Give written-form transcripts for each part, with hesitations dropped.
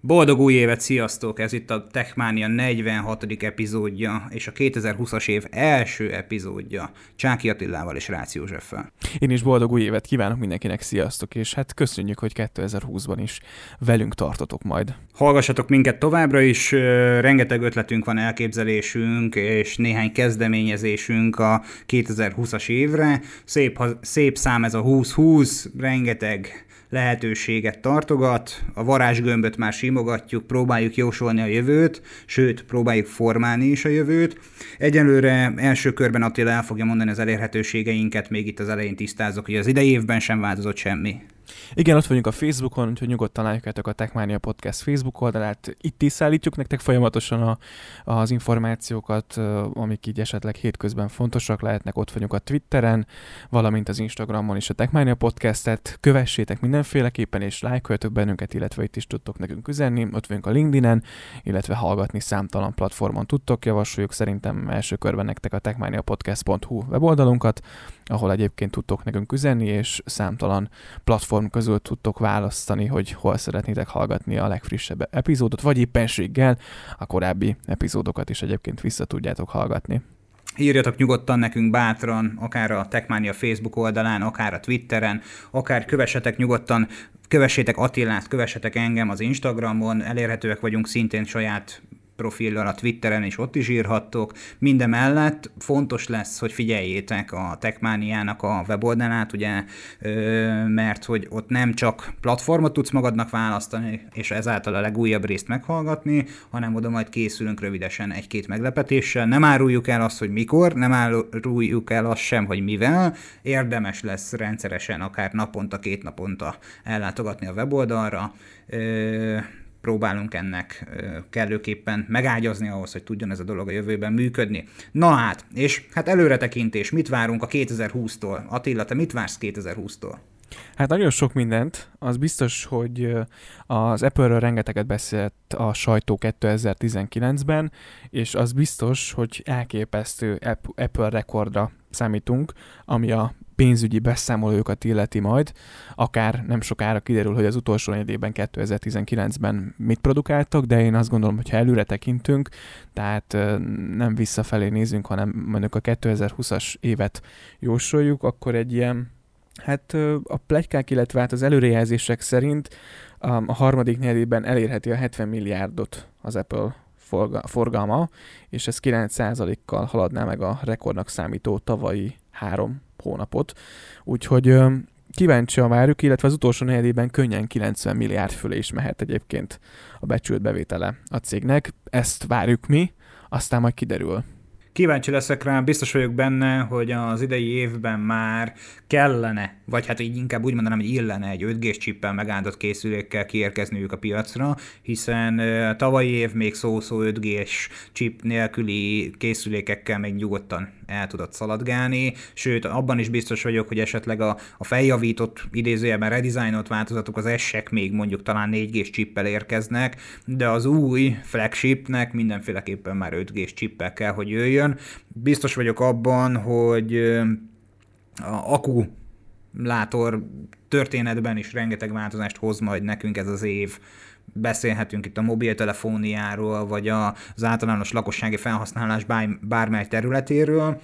Boldog új évet, sziasztok! Ez itt a Techmania 46. epizódja, és a 2020-as év első epizódja. Csáky Attilával és Rácz Józseffel. Én is boldog új évet kívánok mindenkinek, sziasztok, és hát köszönjük, hogy 2020-ban is velünk tartotok majd. Hallgassatok minket továbbra is, rengeteg ötletünk van, elképzelésünk, és néhány kezdeményezésünk a 2020-as évre. Szép szám ez a 2020, rengeteg lehetőséget tartogat, a varázsgömböt már simogatjuk, próbáljuk jósolni a jövőt, sőt, próbáljuk formálni is a jövőt. Egyelőre első körben Attila el fogja mondani az elérhetőségeinket, még itt az elején tisztázok, hogy az idei évben sem változott semmi. Igen, ott vagyunk a Facebookon, úgyhogy nyugodtan látjátok a Techmania Podcast Facebook oldalát. Itt is szállítjuk nektek folyamatosan az információkat, amik így esetleg hétközben fontosak lehetnek. Ott vagyunk a Twitteren, valamint az Instagramon is a Techmania Podcastet. Kövessétek mindenféleképpen, és lájkoljatok bennünket, illetve itt is tudtok nekünk üzenni. Ott vagyunk a LinkedInen, illetve hallgatni számtalan platformon tudtok. Javasoljuk szerintem első körben nektek a techmaniapodcast.hu weboldalunkat, ahol egyébként tudtok nekünk üzenni, és számtalan platform közül tudtok választani, hogy hol szeretnétek hallgatni a legfrissebb epizódot, vagy éppenséggel a korábbi epizódokat is egyébként vissza tudjátok hallgatni. Írjatok nyugodtan nekünk bátran, akár a Techmania Facebook oldalán, akár a Twitteren, akár kövessetek nyugodtan, kövessétek Attilát, kövessetek engem az Instagramon, elérhetőek vagyunk szintén saját profillal a Twitteren, és ott is írhattok. Mindemellett fontos lesz, hogy figyeljétek a Techmaniának a weboldalát, ugye, mert hogy ott nem csak platformot tudsz magadnak választani, és ezáltal a legújabb részt meghallgatni, hanem oda majd készülünk rövidesen egy-két meglepetéssel. Nem áruljuk el azt, hogy mikor, nem áruljuk el azt sem, hogy mivel. Érdemes lesz rendszeresen, akár naponta, 2 naponta ellátogatni a weboldalra. Próbálunk ennek kellőképpen megágyazni ahhoz, hogy tudjon ez a dolog a jövőben működni. Na hát, és hát előretekintés, mit várunk a 2020-tól? Attila, te mit vársz 2020-tól? Hát nagyon sok mindent. Az biztos, hogy az Apple-ről rengeteget beszélt a sajtó 2019-ben, és az biztos, hogy elképesztő Apple rekordra számítunk, ami a pénzügyi beszámolókat illeti majd, akár nem sokára kiderül, hogy az utolsó negyedében 2019-ben mit produkáltak, de én azt gondolom, hogy ha előre tekintünk, tehát nem visszafelé nézünk, hanem mondjuk a 2020-as évet jósoljuk, akkor egy ilyen, hát a pletykák, illetve hát az előrejelzések szerint a harmadik negyedében elérheti a 70 milliárdot az Apple forgalma, és ez 9%-kal haladná meg a rekordnak számító tavalyi 3 hónapot. Úgyhogy kíváncsian várjuk, illetve az utolsó negyedében könnyen 90 milliárd fölé is mehet egyébként a becsült bevétele a cégnek. Ezt várjuk mi, aztán majd kiderül. Kíváncsi leszek rá, biztos vagyok benne, hogy az idei évben már kellene, vagy hát így inkább úgy mondanám, hogy illene egy 5G-s csippel megáldott készülékkel kiérkezniük a piacra, hiszen tavalyi év még szó-szó 5G-s chip nélküli készülékekkel még nyugodtan el tudott szaladgálni, sőt, abban is biztos vagyok, hogy esetleg a feljavított, idézőjelben redesignot változatok, az S-ek még mondjuk talán 4G-s chippel érkeznek, de az új flagshipnek mindenféleképpen már 5G-s chippel kell, hogy jöjjön. Biztos vagyok abban, hogy a akkumulátor történetben is rengeteg változást hoz majd nekünk ez az év. Beszélhetünk itt a mobiltelefóniáról, vagy az általános lakossági felhasználás bármely területéről.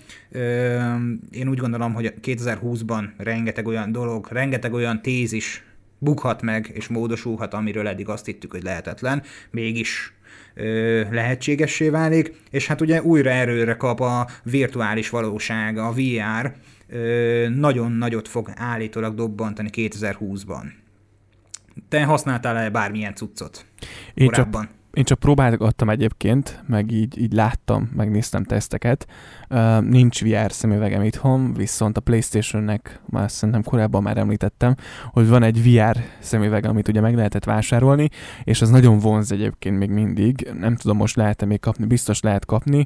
Én úgy gondolom, hogy 2020-ban rengeteg olyan dolog, rengeteg olyan tézis bukhat meg, és módosulhat, amiről eddig azt hittük, hogy lehetetlen, mégis lehetségessé válik, és hát ugye újra erőre kap a virtuális valóság, a VR, nagyon nagyot fog állítólag dobbantani 2020-ban. Te használtál-e bármilyen cuccot korábban? Én csak próbálgattam egyébként, meg így láttam, megnéztem teszteket. Nincs VR szemüvegem itthon, viszont a PlayStation-nek, már szerintem korábban már említettem, hogy van egy VR szemüveg, amit ugye meg lehetett vásárolni, és az nagyon vonz egyébként még mindig. Nem tudom, most lehet-e még kapni, biztos lehet kapni,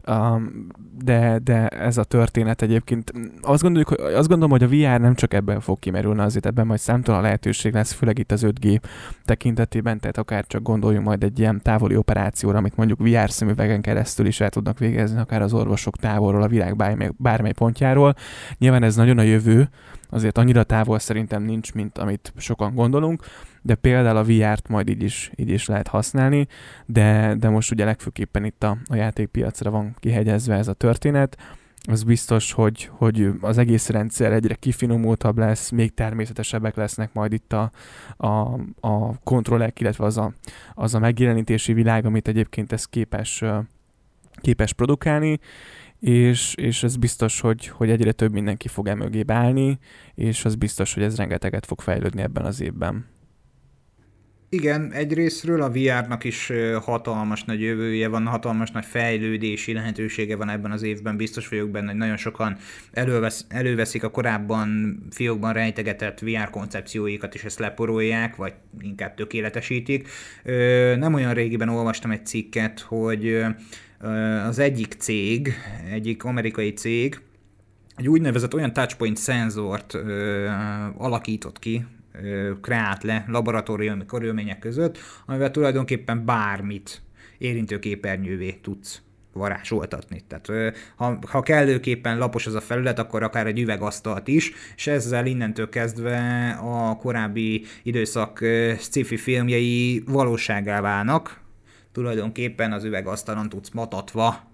de ez a történet egyébként. Azt gondolom, hogy a VR nem csak ebben fog kimerülni, azért ebben majd számtalan lehetőség lesz, főleg itt az 5G tekintetében, tehát akár csak gondoljunk majd egy ilyen nem távoli operációra, amit mondjuk VR szemüvegen keresztül is el tudnak végezni, akár az orvosok távolról, a világ bármely pontjáról. Nyilván ez nagyon a jövő, azért annyira távol szerintem nincs, mint amit sokan gondolunk, de például a VR-t majd így is lehet használni, de most ugye legfőképpen itt a játékpiacra van kihegyezve ez a történet. Az biztos, hogy az egész rendszer egyre kifinomultabb lesz, még természetesebbek lesznek majd itt a kontrollek, illetve az a megjelenítési világ, amit egyébként ez képes produkálni, és ez biztos, hogy egyre több mindenki fog mögé állni, és az biztos, hogy ez rengeteget fog fejlődni ebben az évben. Igen, egyrésztről a VR-nak is hatalmas nagy jövője van, hatalmas nagy fejlődési lehetősége van ebben az évben. Biztos vagyok benne, hogy nagyon sokan előveszik a korábban fiókban rejtegetett VR koncepcióikat, és ezt leporolják, vagy inkább tökéletesítik. Nem olyan régiben olvastam egy cikket, hogy az egyik amerikai cég egy úgynevezett olyan touchpoint szenzort alakított ki, kreált le laboratóriumi körülmények között, amivel tulajdonképpen bármit érintőképernyővé tudsz varázsoltatni. Tehát ha kellőképpen lapos az a felület, akkor akár egy üvegasztalt is, és ezzel innentől kezdve a korábbi időszak sci-fi filmjei valósággá válnak. Tulajdonképpen az üvegasztalon tudsz matatva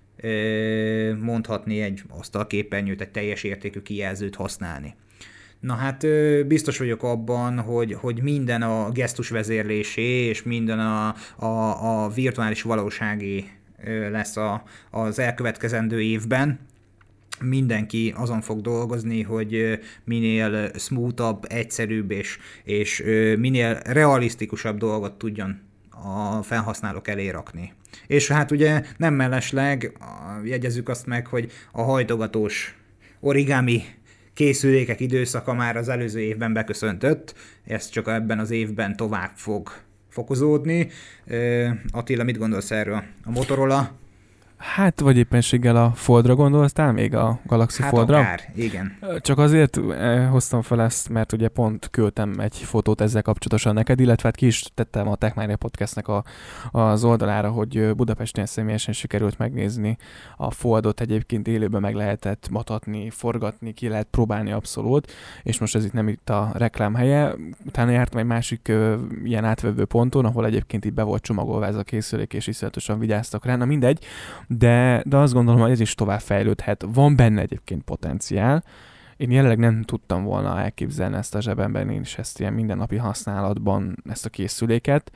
mondhatni egy asztalképernyőt, egy teljes értékű kijelzőt használni. Na hát biztos vagyok abban, hogy minden a gesztusvezérlésé és minden a virtuális valóságé lesz az elkövetkezendő évben. Mindenki azon fog dolgozni, hogy minél smoothabb, egyszerűbb és minél realisztikusabb dolgot tudjon a felhasználók elé rakni. És hát ugye nem mellesleg, jegyezzük azt meg, hogy a hajtogatós origami készülékek időszaka már az előző évben beköszöntött, ez csak ebben az évben tovább fog fokozódni. Attila, mit gondolsz erről? A Motorola? Hát, vagy éppenséggel a Foldra gondoltál, még a Galaxy Foldra? Akár, igen. Csak azért hoztam fel ezt, mert ugye pont küldtem egy fotót ezzel kapcsolatosan neked, illetve hát ki is tettem a Techmania Podcastnek az oldalára, hogy Budapesten személyesen sikerült megnézni a Foldot, egyébként élőben meg lehetett matatni, forgatni, ki lehet próbálni abszolút, és most ez itt a reklám helye. Utána jártam egy másik ilyen átvevő ponton, ahol egyébként itt be volt csomagolva ez a készülék, és iszonyatosan vigyáztak rá, na mindegy. De azt gondolom, hogy ez is tovább fejlődhet. Van benne egyébként potenciál. Én jelenleg nem tudtam volna elképzelni ezt a zsebemben, én is ezt ilyen mindennapi használatban, ezt a készüléket.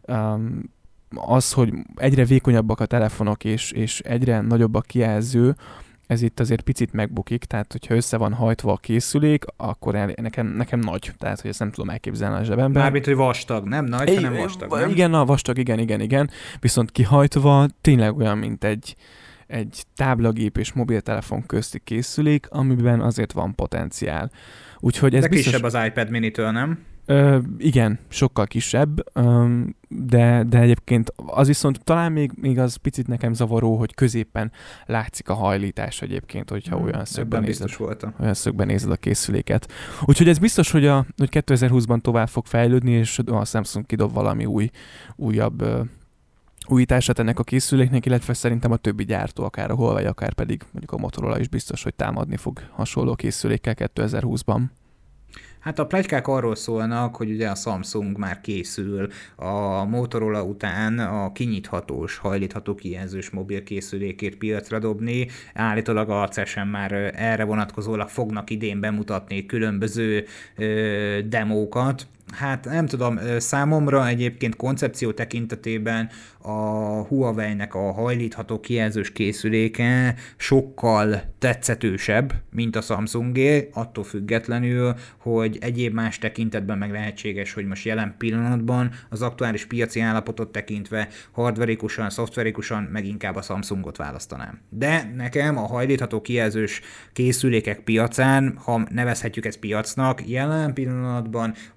Az, hogy egyre vékonyabbak a telefonok, és egyre nagyobb a kijelző, ez itt azért picit megbukik, tehát hogyha össze van hajtva a készülék, akkor nekem nagy, tehát hogy ezt nem tudom elképzelni a zsebemben. Mármint, hogy vastag, nem nagy, hanem vastag, nem? Igen, vastag, igen. Viszont kihajtva tényleg olyan, mint egy táblagép és mobiltelefon közti készülék, amiben azért van potenciál. Úgyhogy ez de biztos... kisebb az iPad minitől, nem? Igen, sokkal kisebb, de egyébként az viszont talán még az picit nekem zavaró, hogy középen látszik a hajlítás egyébként, hogyha olyan szögben nézed a készüléket. Úgyhogy ez biztos, hogy 2020-ban tovább fog fejlődni, és a Samsung kidob valami újabb újítását ennek a készüléknek, illetve szerintem a többi gyártó, akár a Huawei, akár pedig mondjuk a Motorola is biztos, hogy támadni fog hasonló készülékkel 2020-ban. Hát a pletykák arról szólnak, hogy ugye a Samsung már készül a Motorola után a kinyithatós, hajlítható kijelzős mobilkészülékét piacra dobni. Állítólag a CES-en már erre vonatkozólag fognak idén bemutatni különböző demókat. Hát nem tudom, számomra egyébként koncepció tekintetében a Huawei-nek a hajlítható kijelzős készüléke sokkal tetszetősebb, mint a Samsungé, attól függetlenül, hogy egyéb más tekintetben meg lehetséges, hogy most jelen pillanatban az aktuális piaci állapotot tekintve hardverikusan, szoftverikusan meg inkább a Samsungot választanám. De nekem a hajlítható kijelzős készülékek piacán, ha nevezhetjük ezt piacnak, jelen pillanatban ott tart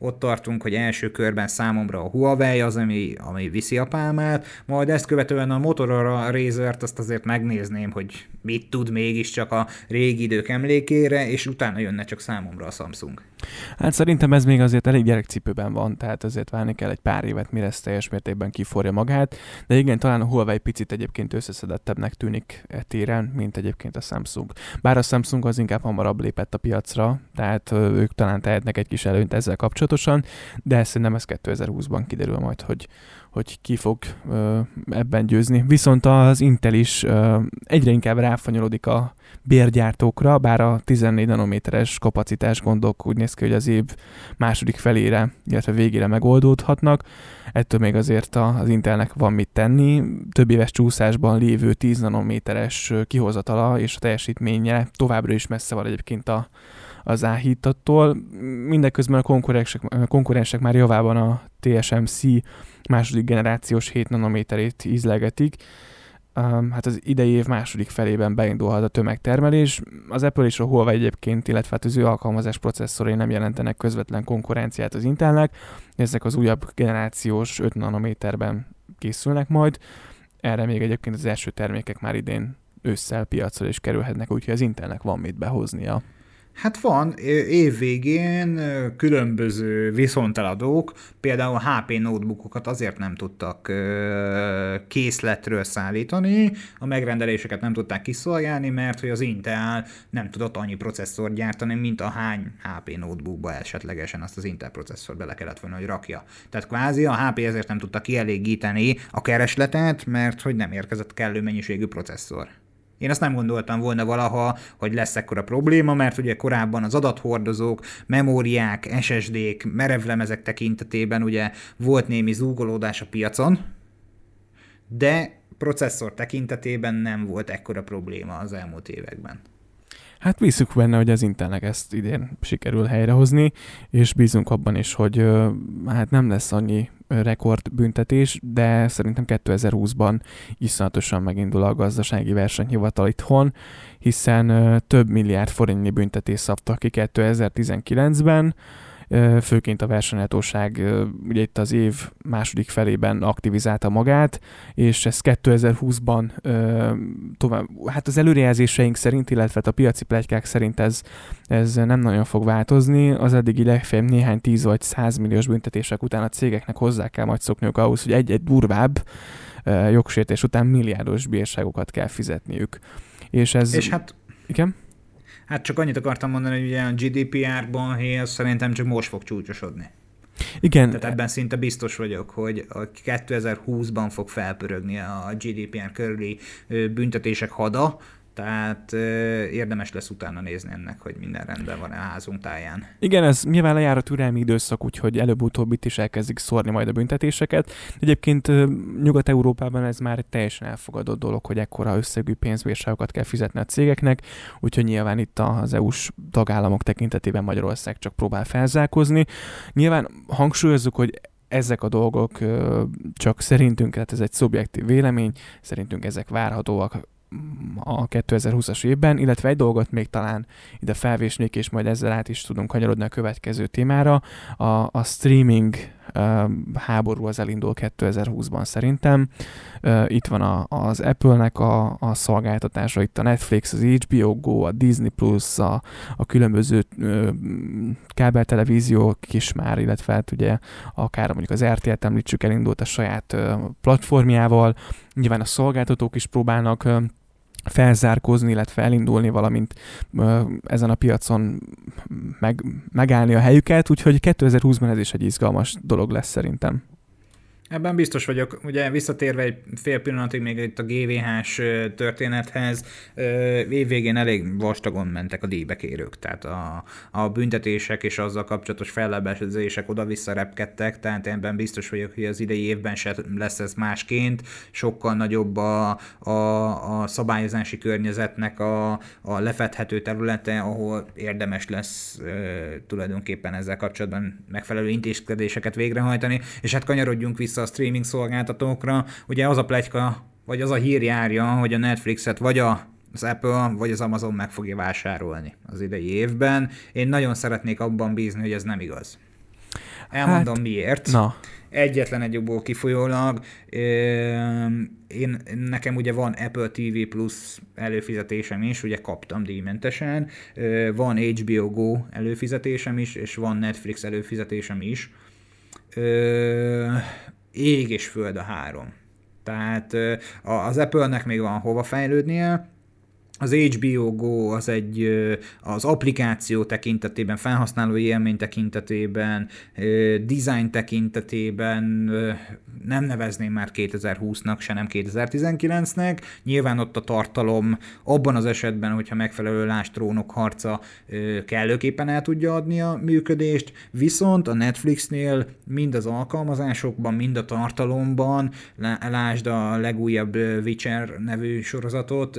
tartunk, hogy első körben számomra a Huawei az, ami viszi a pálmát, majd ezt követően a Motorola Razert azt azért megnézném, hogy mit tud mégiscsak a régi idők emlékére, és utána jönne csak számomra a Samsung. Hát szerintem ez még azért elég gyerekcipőben van, tehát azért várni kell egy pár évet, mire ez teljes mértékben kiforja magát, de igen, talán a Huawei picit egyébként összeszedettebbnek tűnik téren, mint egyébként a Samsung. Bár a Samsung az inkább hamarabb lépett a piacra, tehát ők talán tehetnek egy kis előnyt ezzel kapcsolatosan, de szerintem ez 2020-ban kiderül majd, hogy ki fog ebben győzni. Viszont az Intel is egyre inkább ráfanyolodik a bérgyártókra, bár a 14 nanométeres kapacitás gondok úgy néz ki, hogy az év második felére, illetve végére megoldódhatnak. Ettől még azért az Intelnek van mit tenni. Több éves csúszásban lévő 10 nanométeres kihozatala és a teljesítménye továbbra is messze van egyébként az A7-tól. Mindeközben a konkurensek már javában a TSMC második generációs 7 nanométerét ízlegetik. Hát az idei év második felében beindulhat a tömegtermelés. Az Apple és a Huawei egyébként, illetve hát az ő alkalmazás processzorai nem jelentenek közvetlen konkurenciát az Intelnek. Ezek az újabb generációs 5 nanométerben készülnek majd. Erre még egyébként az első termékek már idén ősszel piacra is kerülhetnek, úgyhogy az Intelnek van mit behoznia. Hát van, év végén különböző viszonteladók, például HP notebookokat azért nem tudtak készletről szállítani, a megrendeléseket nem tudták kiszolgálni, mert hogy az Intel nem tudott annyi processzort gyártani, mint a hány HP notebookba esetlegesen azt az Intel processzort bele kellett volna, hogy rakja. Tehát kvázi a HP ezért nem tudta kielégíteni a keresletet, mert hogy nem érkezett kellő mennyiségű processzor. Én azt nem gondoltam volna valaha, hogy lesz ekkora probléma, mert ugye korábban az adathordozók, memóriák, SSD-k, merevlemezek tekintetében ugye volt némi zúgolódás a piacon, de processzor tekintetében nem volt ekkora probléma az elmúlt években. Hát bízunk benne, hogy az Intelnek ezt idén sikerül helyrehozni, és bízunk abban is, hogy hát nem lesz annyi rekordbüntetés, de szerintem 2020-ban iszonyatosan megindul a gazdasági versenyhivatal itthon, hiszen több milliárd forintnyi büntetést szabtak ki 2019-ben, főként a versenyhatóság ugye itt az év második felében aktivizálta magát, és ez 2020-ban tovább, hát az előrejelzéseink szerint, illetve a piaci pletykák szerint ez nem nagyon fog változni, az eddigi legfeljebb néhány 10 vagy 100 milliós büntetések után a cégeknek hozzá kell majd szokniuk ahhoz, hogy egy-egy durvább jogsértés után milliárdos bírságokat kell fizetniük. És hát... Igen? Hát csak annyit akartam mondani, hogy ugye a GDPR-ban szerintem csak most fog csúcsosodni. Igen. Tehát ebben szinte biztos vagyok, hogy 2020-ban fog felpörögni a GDPR körüli büntetések hada, tehát érdemes lesz utána nézni ennek, hogy minden rendben van a házunk táján. Igen, ez nyilván lejár a türelmi időszak, úgyhogy előbb-utóbb itt is elkezdik szórni majd a büntetéseket. Egyébként Nyugat-Európában ez már egy teljesen elfogadott dolog, hogy ekkora összegű pénzbírságokat kell fizetni a cégeknek, úgyhogy nyilván itt az EU-s tagállamok tekintetében Magyarország csak próbál felzárkózni. Nyilván hangsúlyozzuk, hogy ezek a dolgok csak szerintünk, tehát ez egy szubjektív vélemény, szerintünk ezek várhatóak a 2020-as évben, illetve egy dolgot még talán ide felvésnék, és majd ezzel át is tudunk kanyarodni a következő témára. A streaming háború az elindul 2020-ban szerintem. Itt van az Apple-nek a szolgáltatása, itt a Netflix, az HBO Go, a Disney Plus, a különböző kábeltelevíziók is már, illetve hát ugye akár mondjuk az RTL-t említsük, elindult a saját platformjával. Nyilván a szolgáltatók is próbálnak felzárkózni, illetve elindulni, valamint ezen a piacon megállni a helyüket, úgyhogy 2020-ban ez is egy izgalmas dolog lesz szerintem. Ebben biztos vagyok. Ugye visszatérve egy fél pillanatig még itt a GVH-s történethez, évvégén elég vastagon mentek a díjbekérők, tehát a büntetések és azzal kapcsolatos fellebbezések oda-vissza repkedtek, tehát ebben biztos vagyok, hogy az idei évben se lesz ez másként, sokkal nagyobb a szabályozási környezetnek a lefedhető területe, ahol érdemes lesz tulajdonképpen ezzel kapcsolatban megfelelő intézkedéseket végrehajtani, és hát kanyarodjunk vissza a streaming szolgáltatókra. Ugye az a pletyka, vagy az a hír járja, hogy a Netflixet vagy az Apple, vagy az Amazon meg fogja vásárolni az idei évben. Én nagyon szeretnék abban bízni, hogy ez nem igaz. Elmondom miért. Na. Egyetlen egy jobból kifolyólag. Nekem ugye van Apple TV Plus előfizetésem is, ugye kaptam díjmentesen, van HBO Go előfizetésem is, és van Netflix előfizetésem is. Ég és föld a három. Tehát az Apple-nek még van hova fejlődnie. Az HBO Go az applikáció tekintetében, felhasználói élmény tekintetében, design tekintetében nem nevezném már 2020-nak, se nem 2019-nek. Nyilván ott a tartalom abban az esetben, hogyha megfelelő Trónok harca kellőképpen el tudja adni a működést, viszont a Netflixnél mind az alkalmazásokban, mind a tartalomban, lásd a legújabb Witcher nevű sorozatot,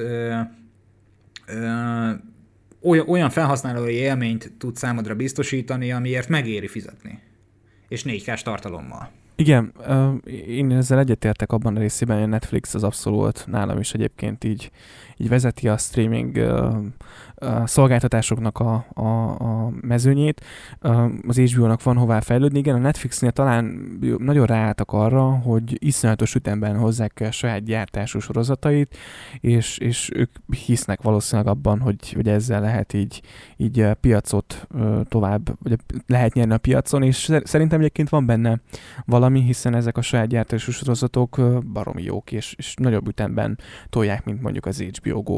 olyan felhasználói élményt tud számodra biztosítani, amiért megéri fizetni. És 4K-s tartalommal. Igen, én ezzel egyetértek abban a részében, hogy a Netflix az abszolút nálam is egyébként így vezeti a streaming szolgáltatásoknak a mezőnyét. Az HBO-nak van hová fejlődni. Igen, a Netflixnél talán nagyon ráálltak arra, hogy iszonyatos ütemben hozzák a saját gyártású sorozatait, és ők hisznek valószínűleg abban, hogy ezzel lehet így piacot tovább, vagy lehet nyerni a piacon, és szerintem egyébként van benne valami, hiszen ezek a saját gyártású sorozatok baromi jók, és nagyobb ütemben tolják, mint mondjuk az HBO Go.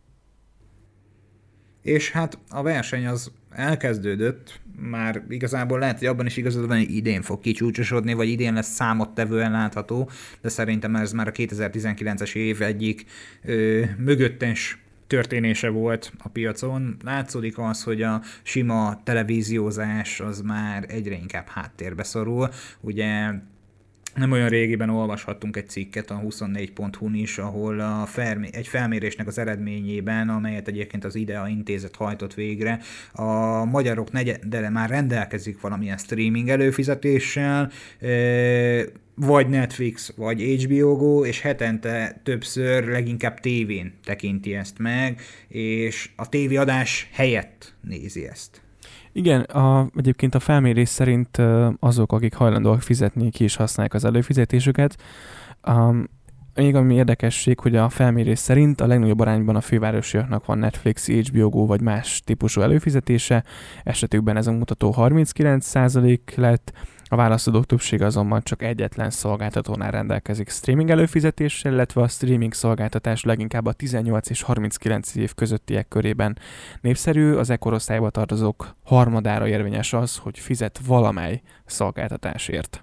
És hát a verseny az elkezdődött, már igazából lehet, hogy abban is igazad van, hogy idén fog kicsúcsosodni, vagy idén lesz számottevően látható, de szerintem ez már a 2019-es év egyik mögöttes történése volt a piacon. Látszódik az, hogy a sima televíziózás az már egyre inkább háttérbe szorul. Ugye nem olyan régiben olvashattunk egy cikket a 24.hu-n is, ahol egy felmérésnek az eredményében, amelyet egyébként az IDEA intézet hajtott végre, a magyarok negyede már rendelkezik valamilyen streaming előfizetéssel, vagy Netflix, vagy HBO Go, és hetente többször leginkább tévén tekinti ezt meg, és a tévéadás helyett nézi ezt. Igen, egyébként a felmérés szerint azok, akik hajlandóak fizetni, ki is használják az előfizetésüket. Még ami érdekesség, hogy a felmérés szerint a legnagyobb arányban a fővárosiaknak van Netflix, HBO Go vagy más típusú előfizetése, esetükben ez a mutató 39% lett, a válaszadók többsége azonban csak egyetlen szolgáltatónál rendelkezik streaming előfizetéssel, illetve a streaming szolgáltatás leginkább a 18 és 39 év közöttiek körében népszerű, az e-korosztályba tartozók harmadára érvényes az, hogy fizet valamely szolgáltatásért.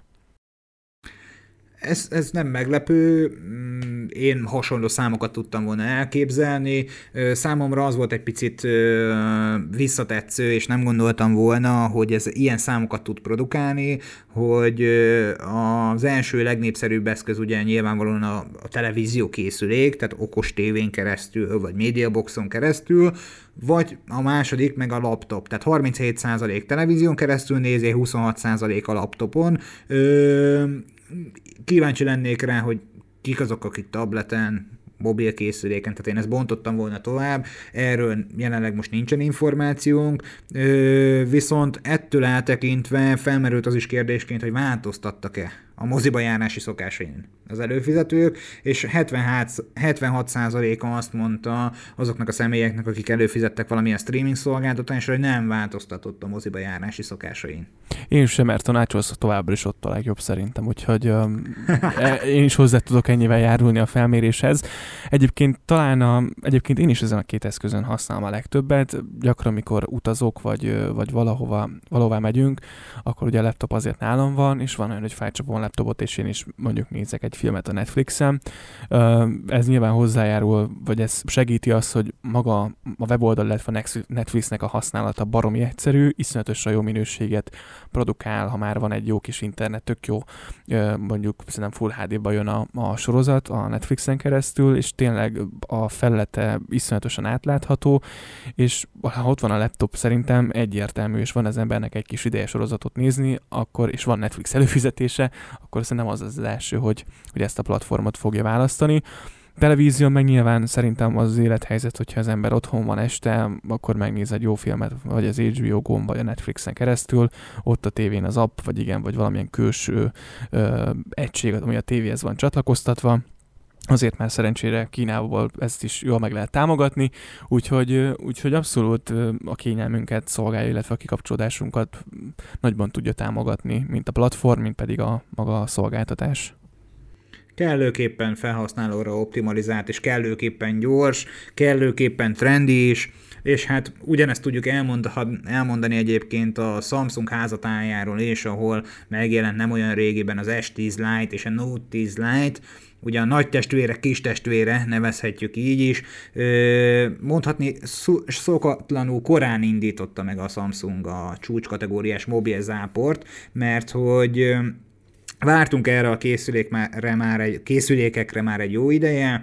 Ez nem meglepő, én hasonló számokat tudtam volna elképzelni. Számomra az volt egy picit visszatetsző, és nem gondoltam volna, hogy ez ilyen számokat tud produkálni, hogy az első legnépszerűbb eszköz ugye nyilvánvalóan a televízió készülék, tehát okos tévén keresztül, vagy médiaboxon keresztül, vagy a második meg a laptop, tehát 37% televízión keresztül nézi, 26% a laptopon. Kíváncsi lennék rá, hogy kik azok, akik tableten, mobilkészüléken, tehát én ezt bontottam volna tovább, erről jelenleg most nincsen információnk, viszont ettől eltekintve felmerült az is kérdésként, hogy változtattak-e a moziba járási szokásain az előfizetők, és 76%-a azt mondta azoknak a személyeknek, akik előfizettek valamilyen streaming szolgáltatásra, hogy nem változtatott a moziba járási szokásain. Én sem, mert a Nachos továbbra is ott a legjobb szerintem, úgyhogy én is hozzá tudok ennyivel járulni a felméréshez. Egyébként egyébként én is ezen a két eszközön használom a legtöbbet, gyakran mikor utazok, vagy valahová megyünk, akkor ugye a laptop azért nálam van, és van olyan, hogy felcsapom a laptopot, és én is mondjuk nézek egy filmet a Netflixen. Ez nyilván hozzájárul, vagy ez segíti azt, hogy maga a weboldal, illetve a Netflixnek a használata baromi egyszerű, iszonyatosan jó minőséget produkál, ha már van egy jó kis internet, tök jó, mondjuk szerintem Full HD-ba jön a sorozat a Netflixen keresztül, és tényleg a felülete iszonyatosan átlátható, és ha ott van a laptop, szerintem egyértelmű, és van az embernek egy kis ideje sorozatot nézni, akkor, és van Netflix előfizetése, akkor szerintem az első, hogy ezt a platformot fogja választani. Televízión meg nyilván szerintem az élethelyzet, hogyha az ember otthon van este, akkor megnéz egy jó filmet, vagy az HBO Go-n, vagy a Netflixen keresztül, ott a tévén az app, vagy valamilyen külső egység, ami a tévéhez van csatlakoztatva. Azért már szerencsére Kínából ezt is jól meg lehet támogatni, úgyhogy abszolút a kényelmünket szolgálja, illetve a kikapcsolódásunkat nagyban tudja támogatni, mint a platform, mint pedig a maga a szolgáltatás. Kellőképpen felhasználóra optimalizált, és kellőképpen gyors, kellőképpen trendi is, és hát ugyanezt tudjuk elmondani egyébként a Samsung házatájáról is, ahol megjelent nem olyan régiben az S10 Lite és a Note 10 Lite, ugye a nagy testvére, kis testvére, nevezhetjük így is. Mondhatni, szokatlanul korán indította meg a Samsung a csúcskategóriás mobilzáport, mert hogy vártunk erre a készülékekre már egy jó ideje,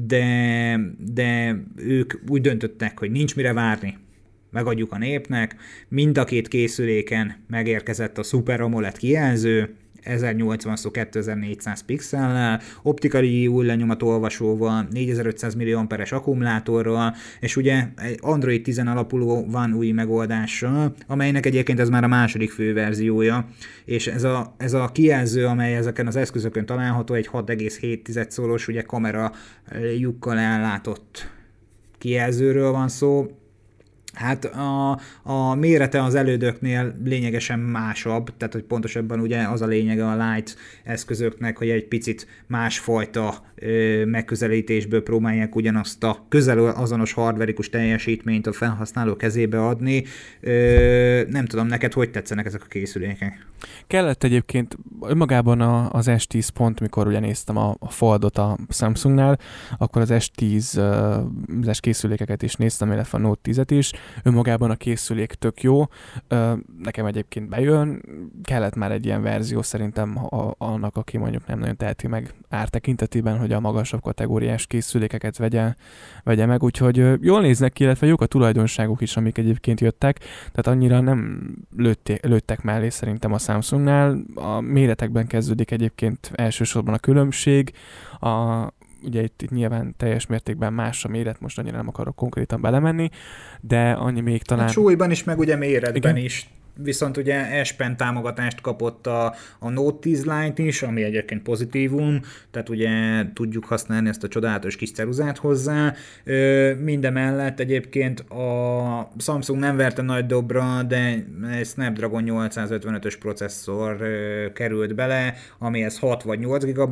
de ők úgy döntöttek, hogy nincs mire várni. Megadjuk a népnek. Mind a két készüléken megérkezett a Super AMOLED kijelző, 1080x2400 pixellel, optikai új lenyomatolvasóval, 4500 mAh-es akkumulátorral, és ugye egy Android 10 alapuló van új megoldással, amelynek egyébként ez már a második főverziója, és ez a kijelző, amely ezeken az eszközökön található, egy 6,7 szoros ugye kamera lyukkal ellátott kijelzőről van szó. Hát a mérete az elődöknél lényegesen másabb, tehát hogy pontosabban ugye az a lényege a Lite eszközöknek, hogy egy picit másfajta megközelítésből próbálják ugyanazt a közel azonos hardverikus teljesítményt a felhasználó kezébe adni. Nem tudom, neked hogy tetszenek ezek a készülékek? Kellett egyébként önmagában az S10 pont, mikor ugye néztem a Foldot a Samsungnál, akkor az S10-es készülékeket is néztem, illetve a Note 10-et is. Önmagában a készülék tök jó. Nekem egyébként bejön. Kellett már egy ilyen verzió szerintem annak, aki mondjuk nem nagyon teheti meg ár tekintetében, hogy a magasabb kategóriás készülékeket vegye meg. Úgyhogy jól néznek ki, illetve jók a tulajdonságok is, amik egyébként jöttek. Tehát annyira nem lőttek mellé szerintem a Samsungnál. A méretekben kezdődik egyébként elsősorban a különbség. Ugye itt nyilván teljes mértékben más a méret, most annyira nem akarok konkrétan belemenni, de annyi még talán... A súlyban is, meg ugye méretben is. Viszont ugye S Pen támogatást kapott a Note 10 Lite is, ami egyébként pozitívum, tehát ugye tudjuk használni ezt a csodálatos kis ceruzát hozzá. Mindemellett egyébként a Samsung nem verte nagy dobra, de egy Snapdragon 855-ös processzor került bele, amihez 6 vagy 8 GB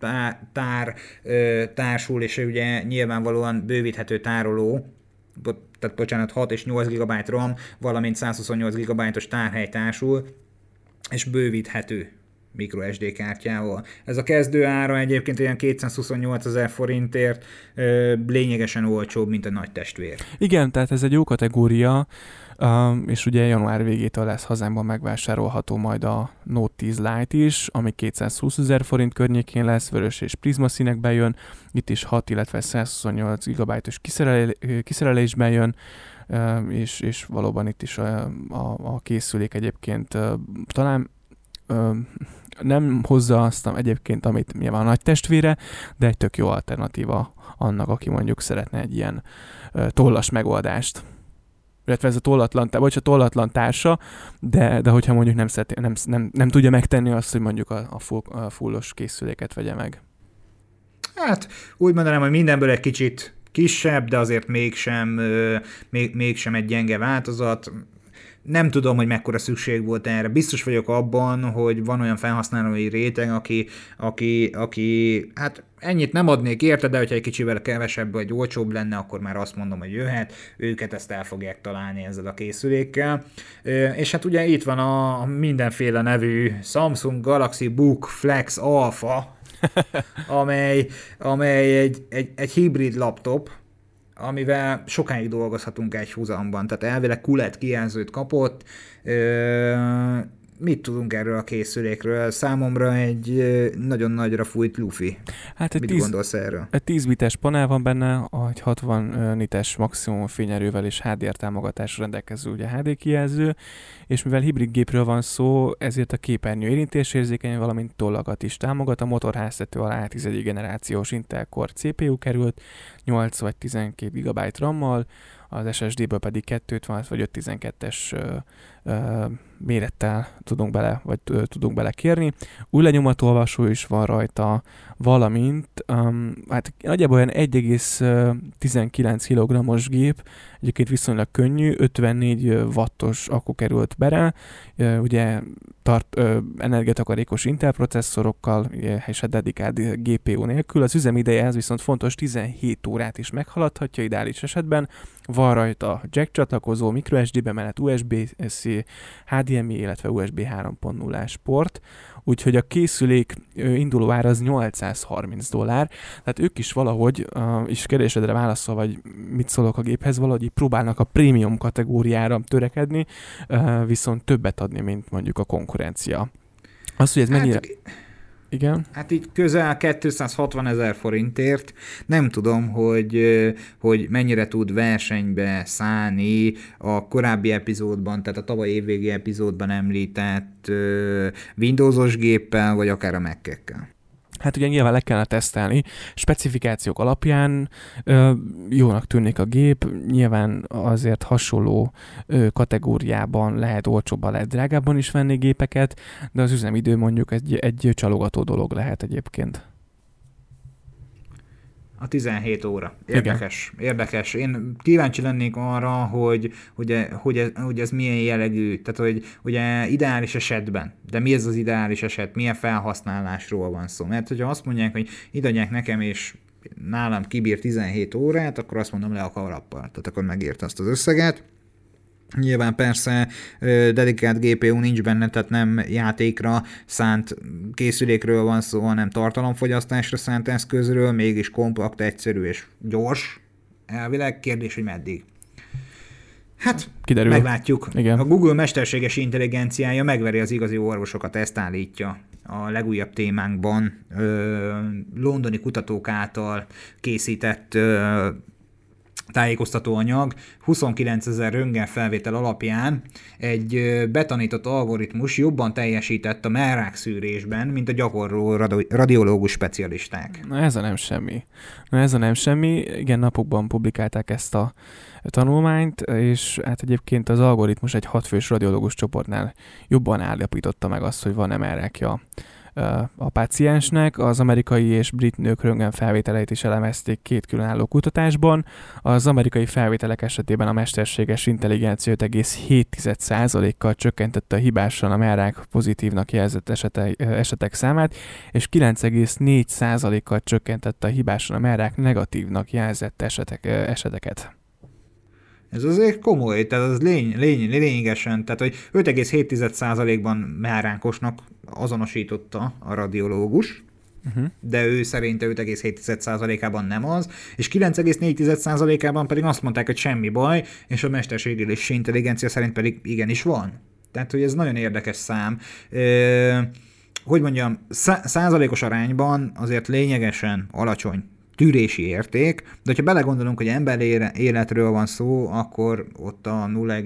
társul, és ugye nyilvánvalóan bővíthető tároló, tehát bocsánat, 6 és 8 GB RAM, valamint 128 GB-os tárhely társul, és bővíthető microSD kártyával. Ez a kezdő ára egyébként olyan 228 000 forintért lényegesen olcsóbb, mint a nagy testvér. Igen, tehát ez egy jó kategória, és ugye január végétől lesz hazámban megvásárolható majd a Note 10 Lite is, ami 220 000 forint környékén lesz, vörös és prizma színekben jön, itt is 6, illetve 128 GB-os kiszerelésben jön, és valóban itt is a készülék egyébként talán nem hozza azt egyébként, amit nyilván a nagy testvére, de egy tök jó alternatíva annak, aki mondjuk szeretne egy ilyen tollas megoldást. Illetve ez a tollatlan társa, de hogyha mondjuk nem tudja megtenni azt, hogy mondjuk a fullos készüléket vegye meg. Hát úgy mondanám, hogy mindenből egy kicsit kisebb, de azért mégsem egy gyenge változat. Nem tudom, hogy mekkora szükség volt erre. Biztos vagyok abban, hogy van olyan felhasználói réteg, aki hát ennyit nem adnék érte, de hogyha egy kicsivel kevesebb vagy olcsóbb lenne, akkor már azt mondom, hogy jöhet. Őket ezt el fogják találni ezzel a készülékkel. És hát ugye itt van a mindenféle nevű Samsung Galaxy Book Flex Alpha, amely egy hibrid laptop, amivel sokáig dolgozhatunk egy húzamban. Tehát elvileg QLED kijelzőt kapott, mit tudunk erről a készülékről? Számomra egy nagyon nagyra fújt lufi. Hát mit gondolsz erről? Egy 10 bites panel van benne, egy 60 nites maximum fényerővel és HDR támogatásra rendelkező ugye HD kijelző, és mivel hibrid gépről van szó, ezért a képernyő érintésérzékeny, valamint tollagat is támogat. A motorháztető alá 11. generációs Intel Core CPU került, 8 vagy 12 GB RAM-mal, az SSD-ből pedig 256 vagy 512-es mérettel tudunk bele kérni. Új lenyomatolvasó is van rajta, valamint hát nagyjából olyan 1,19 kg-os gép, egyébként viszonylag könnyű, 54 wattos akku került bele, ugye energiatakarékos Intel processzorokkal és a dedikált GPU nélkül. Az üzemideje, ez viszont fontos, 17 órát is meghaladhatja ideális esetben. Van rajta jack csatlakozó, microSD bemenet, USB-C, HDMI, illetve USB 3.0-ás port, úgyhogy a készülék induló ára az $830. Tehát ők is valahogy, és kérdésedre válaszol, vagy mit szólok a géphez, valahogy így próbálnak a prémium kategóriára törekedni, viszont többet adni, mint mondjuk a konkurencia. Az, hogy ez mennyire... Igen? Hát így közel 260 000 forintért nem tudom, hogy mennyire tud versenybe szállni a korábbi epizódban, tehát a tavaly évvégi epizódban említett Windowsos géppel, vagy akár a Mac-ekkel. Hát ugye nyilván le kellene tesztelni, specifikációk alapján jónak tűnik a gép, nyilván azért hasonló kategóriában lehet olcsóbban, lehet drágábban is venni gépeket, de az üzemidő mondjuk egy csalogató dolog lehet egyébként. A 17 óra. Érdekes. Én kíváncsi lennék arra, hogy ez milyen jellegű, tehát hogy ugye ideális esetben, de mi ez az ideális eset, milyen felhasználásról van szó. Mert hogyha azt mondják, hogy ide adják nekem, és nálam kibír 17 órát, akkor azt mondom le a kalappal, tehát akkor megért azt az összeget. Nyilván persze dedikált GPU nincs benne, tehát nem játékra szánt készülékről van szó, hanem tartalomfogyasztásra szánt eszközről, mégis kompakt, egyszerű és gyors. Elvileg kérdés, hogy meddig. Hát, kiderül. Meglátjuk. Igen. A Google mesterséges intelligenciája megveri az igazi orvosokat, ezt állítja a legújabb témánkban. Londoni kutatók által készített tájékoztatóanyag 29 000 röntgenfelvétel alapján egy betanított algoritmus jobban teljesített a mellrákszűrésben, mint a gyakorló radiológus specialisták. Na ez a nem semmi. Igen, napokban publikálták ezt a tanulmányt, és hát egyébként az algoritmus egy 6 fős radiológus csoportnál jobban állapította meg azt, hogy van MR-ekja a páciensnek. Az amerikai és brit nők röntgenfelvételeit is elemezték 2 különálló kutatásban. Az amerikai felvételek esetében a mesterséges intelligencia 5,7%-kal csökkentette a hibásan a mellrák pozitívnak jelzett esetek számát, és 9,4%-kal csökkentette a hibásan a mellrák negatívnak jelzett eseteket. Ez azért komoly, tehát az lényegesen, tehát hogy 5,7%-ban mellránkosnak azonosította a radiológus, de ő szerinte 5,7%-ában nem az, és 9,4%-ában pedig azt mondták, hogy semmi baj, és a mesterséges intelligencia szerint pedig igenis van. Tehát, hogy ez nagyon érdekes szám. Hogy mondjam, százalékos arányban azért lényegesen alacsony tűrési érték, de ha belegondolunk, hogy ember életről van szó, akkor ott a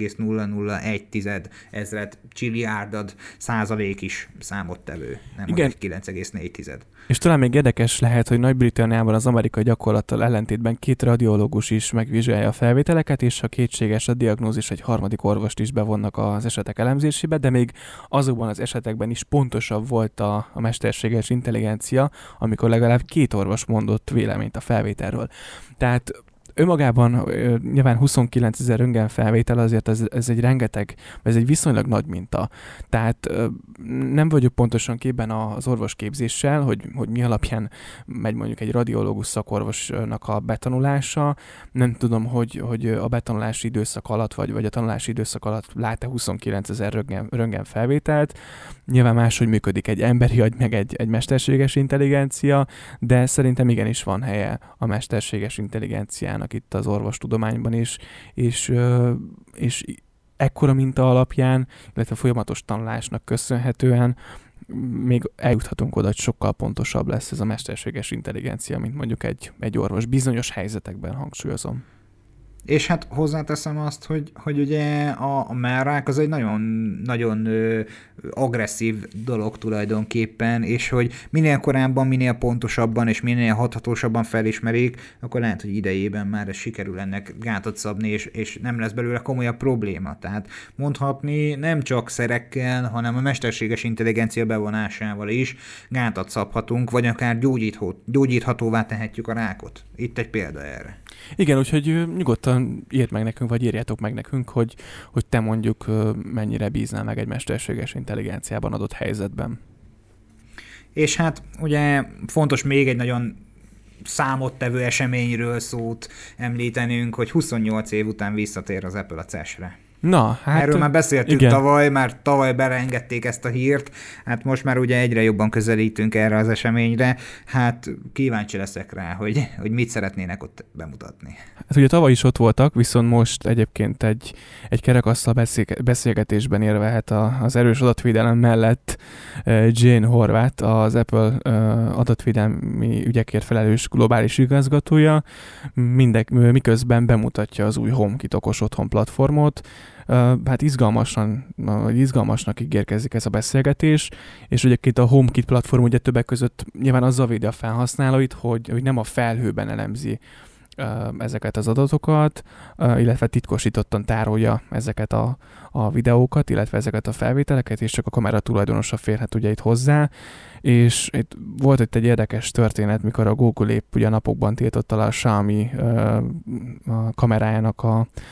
0,001 ezred csilliárdad százalék is számottevő, nem igen. Az 9,4. És talán még érdekes lehet, hogy Nagy-Britanniában az amerikai gyakorlattal ellentétben 2 radiológus is megvizsgálja a felvételeket, és ha kétséges a diagnózis, egy harmadik orvost is bevonnak az esetek elemzésébe, de még azokban az esetekben is pontosabb volt a mesterséges intelligencia, amikor legalább 2 orvos mondott véleményt a felvételről. Tehát önmagában nyilván 29 000 röntgenfelvétel, azért ez egy rengeteg, ez egy viszonylag nagy minta. Tehát nem vagyok pontosan képben az orvosképzéssel, hogy mi alapján megy mondjuk egy radiológus szakorvosnak a betanulása. Nem tudom, hogy a betanulási időszak alatt, vagy a tanulási időszak alatt lát-e 29 000 röntgenfelvételt. Nyilván máshogy működik egy emberi agy, meg egy mesterséges intelligencia, de szerintem igenis van helye a mesterséges intelligenciának itt az orvostudományban is, és ekkora minta alapján, illetve folyamatos tanulásnak köszönhetően még eljuthatunk oda, hogy sokkal pontosabb lesz ez a mesterséges intelligencia, mint mondjuk egy orvos. Bizonyos helyzetekben hangsúlyozom. És hát hozzáteszem azt, hogy ugye a mellrák az egy nagyon, nagyon agresszív dolog tulajdonképpen, és hogy minél korábban, minél pontosabban és minél hathatósabban felismerik, akkor lehet, hogy idejében már ez sikerül ennek gátat szabni, és nem lesz belőle komolyabb probléma. Tehát mondhatni nem csak szerekkel, hanem a mesterséges intelligencia bevonásával is gátat szabhatunk, vagy akár gyógyíthatóvá tehetjük a rákot. Itt egy példa erre. Igen, úgyhogy nyugodtan írd meg nekünk, vagy írjátok meg nekünk, hogy te mondjuk mennyire bíznál meg egy mesterséges intelligenciában adott helyzetben. És hát ugye fontos még egy nagyon számottevő eseményről szót említenünk, hogy 28 év után visszatér az Apple a CES-re. Na, hát erről már beszéltünk igen. tavaly beleengedték ezt a hírt, hát most már ugye egyre jobban közelítünk erre az eseményre, hát kíváncsi leszek rá, hogy mit szeretnének ott bemutatni. Hát ugye tavaly is ott voltak, viszont most egyébként egy kerekasztal beszélgetésben érvelhet az erős adatvédelem mellett Jane Horváth, az Apple adatvédelmi ügyekért felelős globális igazgatója, miközben bemutatja az új HomeKit okos otthon platformot. Hát izgalmasnak ígérkezik ez a beszélgetés, és ugye itt a HomeKit platform ugye többek között nyilván azzal védi a felhasználóit, hogy nem a felhőben elemzi ezeket az adatokat, illetve titkosítottan tárolja ezeket a videókat, illetve ezeket a felvételeket, és csak a kamera tulajdonosa férhet ugye itt hozzá. És itt volt itt egy érdekes történet, mikor a Google épp ugye napokban tiltotta a Xiaomi a kamerájának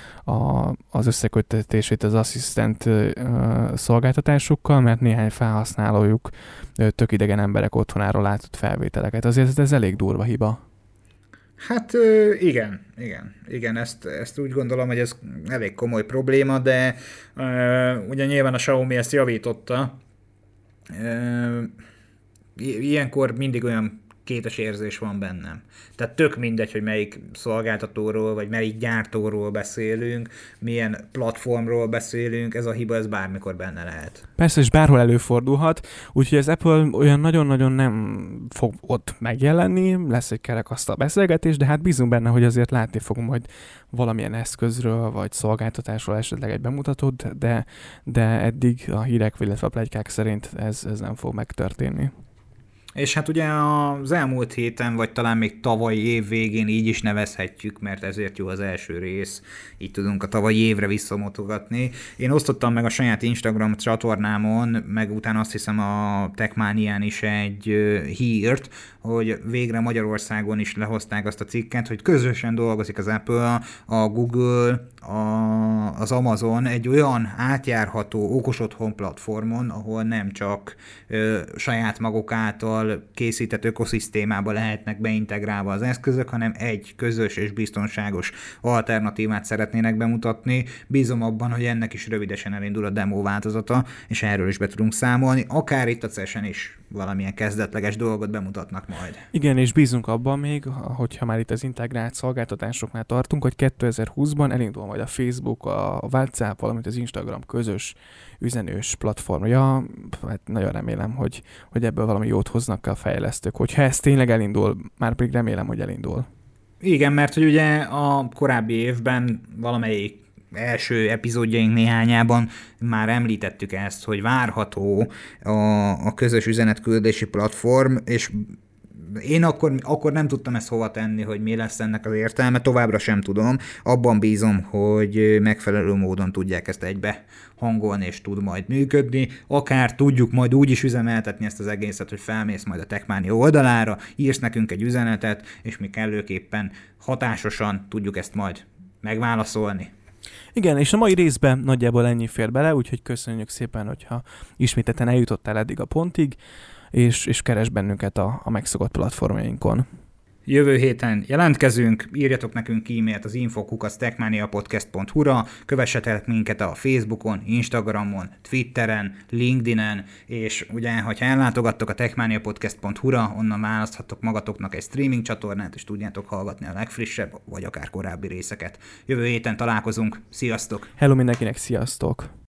az összeköttetését az Assistant szolgáltatásokkal, mert néhány felhasználójuk tök idegen emberek otthonáról látott felvételeket. Azért ez elég durva hiba. Hát igen, ezt úgy gondolom, hogy ez elég komoly probléma, de ugye nyilván a Xiaomi ezt javította. Ilyenkor mindig olyan kétes érzés van bennem. Tehát tök mindegy, hogy melyik szolgáltatóról, vagy melyik gyártóról beszélünk, milyen platformról beszélünk, ez a hiba, ez bármikor benne lehet. Persze, és bárhol előfordulhat, úgyhogy az Apple olyan nagyon-nagyon nem fog ott megjelenni, lesz egy kerekasztal beszélgetés, de hát bízunk benne, hogy azért látni fogunk majd valamilyen eszközről, vagy szolgáltatásról esetleg egy bemutatót, de eddig a hírek, illetve a pletykák szerint ez nem fog megtörténni. És hát ugye az elmúlt héten, vagy talán még tavalyi év végén így is nevezhetjük, mert ezért jó az első rész, így tudunk a tavalyi évre visszamutogatni. Én osztottam meg a saját Instagram csatornámon, meg utána azt hiszem a Techmanián is egy hírt, hogy végre Magyarországon is lehozták azt a cikket, hogy közösen dolgozik az Apple, a Google, az Amazon egy olyan átjárható okos otthon platformon, ahol nem csak saját maguk által készített ökoszisztémába lehetnek beintegrálva az eszközök, hanem egy közös és biztonságos alternatívát szeretnének bemutatni. Bízom abban, hogy ennek is rövidesen elindul a demo változata, és erről is be tudunk számolni, akár itt a CES-en is valamilyen kezdetleges dolgot bemutatnak majd. Igen, és bízunk abban még, hogyha már itt az integrált szolgáltatásoknál tartunk, hogy 2020-ban elindul majd a Facebook, a WhatsApp, valamint az Instagram közös üzenős platformja. Hát nagyon remélem, hogy ebből valami jót hoznak a fejlesztők. Hogyha ez tényleg elindul, már pedig remélem, hogy elindul. Igen, mert hogy ugye a korábbi évben valamelyik első epizódjaink néhányában már említettük ezt, hogy várható a közös üzenetküldési platform, és én akkor nem tudtam ezt hova tenni, hogy mi lesz ennek az értelme, továbbra sem tudom. Abban bízom, hogy megfelelő módon tudják ezt egybe hangolni, és tud majd működni. Akár tudjuk majd úgy is üzemeltetni ezt az egészet, hogy felmész majd a Techmania oldalára, írsz nekünk egy üzenetet, és mi kellőképpen hatásosan tudjuk ezt majd megválaszolni. Igen, és a mai részben nagyjából ennyi fér bele, úgyhogy köszönjük szépen, hogyha ismételten eljutottál eddig a pontig, és keresd bennünket a megszokott platformjainkon. Jövő héten jelentkezünk, írjatok nekünk e-mailt az info@techmaniapodcast.hu-ra, kövessetek minket a Facebookon, Instagramon, Twitteren, LinkedInen, és ugye, hogyha ellátogattok a techmaniapodcast.hu-ra, onnan választhattok magatoknak egy streaming csatornát, és tudjátok hallgatni a legfrissebb, vagy akár korábbi részeket. Jövő héten találkozunk, sziasztok! Hello mindenkinek, sziasztok!